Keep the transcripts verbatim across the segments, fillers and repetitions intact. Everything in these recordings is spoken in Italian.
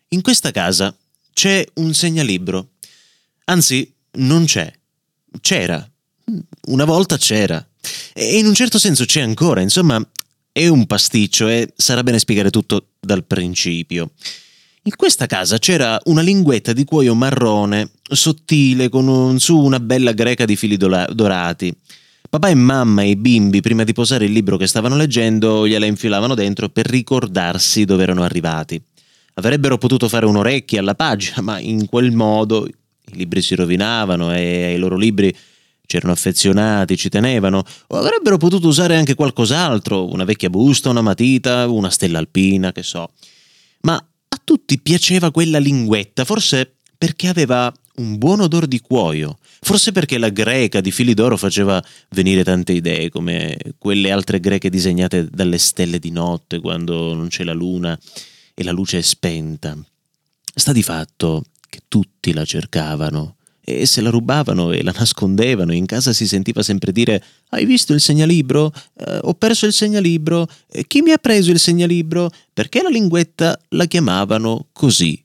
In questa casa c'è un segnalibro. Anzi, non c'è. C'era. Una volta c'era. E in un certo senso c'è ancora. Insomma, è un pasticcio e sarà bene spiegare tutto dal principio. In questa casa c'era una linguetta di cuoio marrone, sottile, con un, su una bella greca di fili dola- dorati. Papà e mamma e i bimbi, prima di posare il libro che stavano leggendo, gliela infilavano dentro per ricordarsi dove erano arrivati. Avrebbero potuto fare un'orecchia alla pagina, ma in quel modo i libri si rovinavano e ai loro libri c'erano affezionati, ci tenevano, o avrebbero potuto usare anche qualcos'altro, una vecchia busta, una matita, una stella alpina, che so. Ma a tutti piaceva quella linguetta, forse perché aveva un buon odor di cuoio, forse perché la greca di fili d'oro faceva venire tante idee, come quelle altre greche disegnate dalle stelle di notte quando non c'è la luna e la luce è spenta. Sta di fatto che tutti la cercavano e se la rubavano e la nascondevano. In casa si sentiva sempre dire: hai visto il segnalibro? Eh, ho perso il segnalibro. Eh, chi mi ha preso il segnalibro? Perché la linguetta la chiamavano così,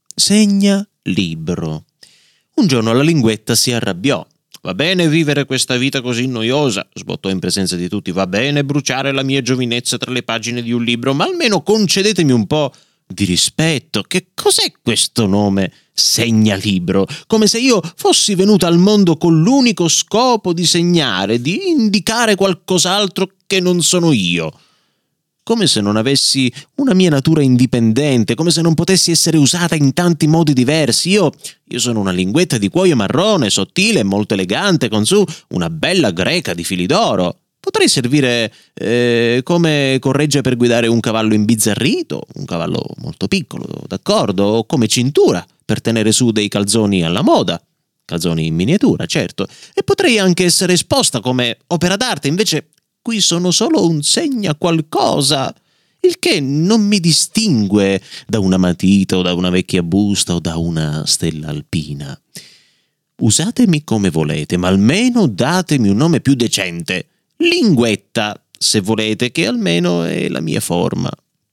segnalibro. Un giorno la linguetta si arrabbiò. Va bene vivere questa vita così noiosa, sbottò in presenza di tutti, va bene bruciare la mia giovinezza tra le pagine di un libro, ma almeno concedetemi un po' di rispetto. Che cos'è questo nome segnalibro? Come se io fossi venuta al mondo con l'unico scopo di segnare, di indicare qualcos'altro che non sono io. Come se non avessi una mia natura indipendente, come se non potessi essere usata in tanti modi diversi. Io, io sono una linguetta di cuoio marrone, sottile e molto elegante, con su una bella greca di fili d'oro. Potrei servire eh, come correggia per guidare un cavallo imbizzarrito, un cavallo molto piccolo, d'accordo, o come cintura per tenere su dei calzoni alla moda, calzoni in miniatura, certo, e potrei anche essere esposta come opera d'arte. Invece qui sono solo un segna qualcosa, il che non mi distingue da una matita o da una vecchia busta o da una stella alpina. Usatemi come volete, ma almeno datemi un nome più decente. Linguetta, se volete, che almeno è la mia forma.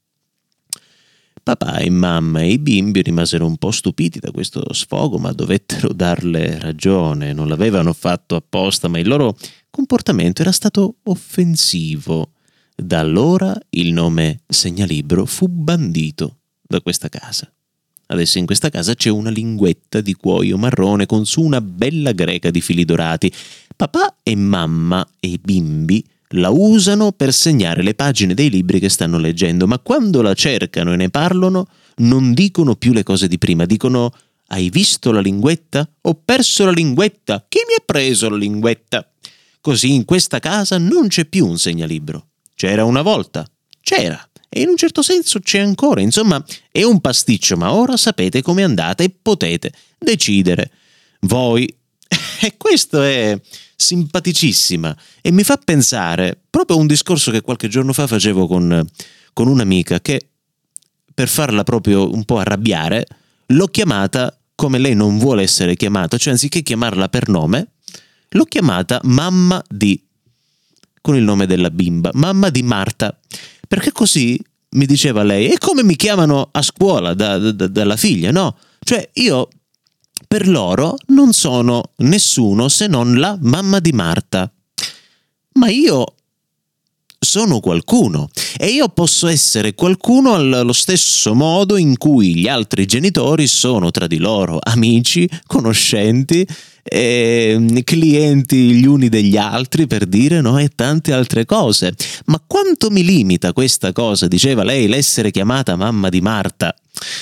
Papà e mamma e i bimbi rimasero un po' stupiti da questo sfogo, ma dovettero darle ragione. Non l'avevano fatto apposta, ma il loro comportamento era stato offensivo. Da allora il nome segnalibro fu bandito da questa casa. Adesso in questa casa c'è una linguetta di cuoio marrone con su una bella greca di fili dorati. Papà e mamma e i bimbi la usano per segnare le pagine dei libri che stanno leggendo, ma quando la cercano e ne parlano non dicono più le cose di prima, dicono: hai visto la linguetta? Ho perso la linguetta. Chi mi ha preso la linguetta? Così in questa casa non c'è più un segnalibro. C'era una volta, c'era, e in un certo senso c'è ancora. Insomma, è un pasticcio, ma ora sapete com'è andata e potete decidere voi. E questo è simpaticissima e mi fa pensare proprio a un discorso che qualche giorno fa facevo con, con un'amica che, per farla proprio un po' arrabbiare, l'ho chiamata come lei non vuole essere chiamata, cioè anziché chiamarla per nome, l'ho chiamata mamma di, con il nome della bimba, mamma di Marta, perché così, mi diceva lei, è come mi chiamano a scuola da, da, dalla figlia, no? Cioè io, per loro, non sono nessuno se non la mamma di Marta. Ma io sono qualcuno e io posso essere qualcuno allo stesso modo in cui gli altri genitori sono tra di loro amici, conoscenti, eh, clienti gli uni degli altri, per dire, no? E tante altre cose. Ma quanto mi limita questa cosa, diceva lei, l'essere chiamata mamma di Marta?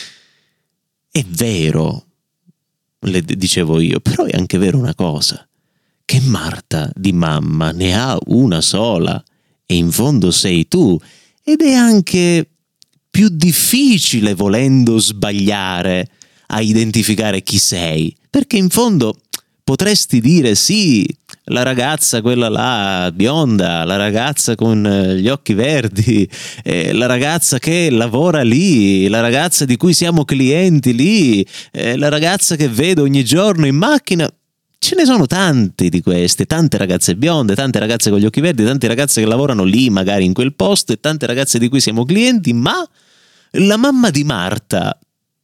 È vero, le dicevo io, però è anche vero una cosa, che Marta di mamma ne ha una sola e in fondo sei tu, ed è anche più difficile, volendo sbagliare, a identificare chi sei, perché in fondo potresti dire sì, la ragazza quella là bionda, la ragazza con gli occhi verdi, eh, la ragazza che lavora lì, la ragazza di cui siamo clienti lì, eh, la ragazza che vedo ogni giorno in macchina. Ce ne sono tante di queste, tante ragazze bionde, tante ragazze con gli occhi verdi, tante ragazze che lavorano lì magari in quel posto e tante ragazze di cui siamo clienti, ma la mamma di Marta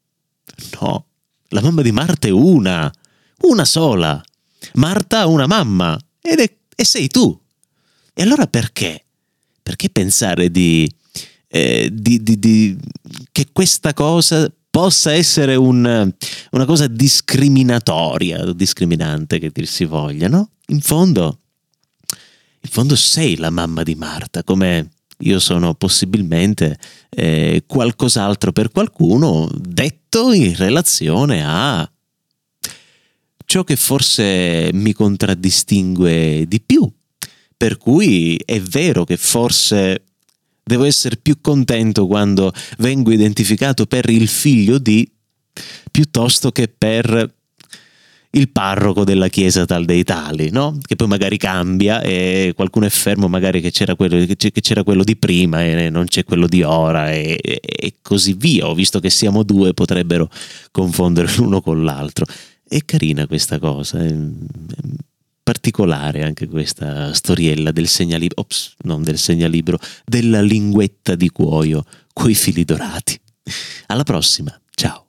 No, la mamma di Marta è una, una sola. Marta ha una mamma ed è, e sei tu. E allora perché? Perché pensare di, eh, di, di, di che questa cosa possa essere un, una cosa discriminatoria o discriminante, che dir si voglia, no? In fondo, in fondo sei la mamma di Marta, come io sono possibilmente eh, qualcos'altro per qualcuno, detto in relazione a ciò che forse mi contraddistingue di più. Per cui è vero che forse devo essere più contento quando vengo identificato per il figlio di, piuttosto che per il parroco della chiesa tal dei tali, no? Che poi magari cambia e qualcuno è fermo magari che c'era quello, che c'era quello di prima e non c'è quello di ora e, e così via. Ho visto che siamo due, potrebbero confondere l'uno con l'altro. È carina questa cosa, è particolare anche questa storiella del segnalibro, ops, non del segnalibro, della linguetta di cuoio coi fili dorati. Alla prossima, ciao!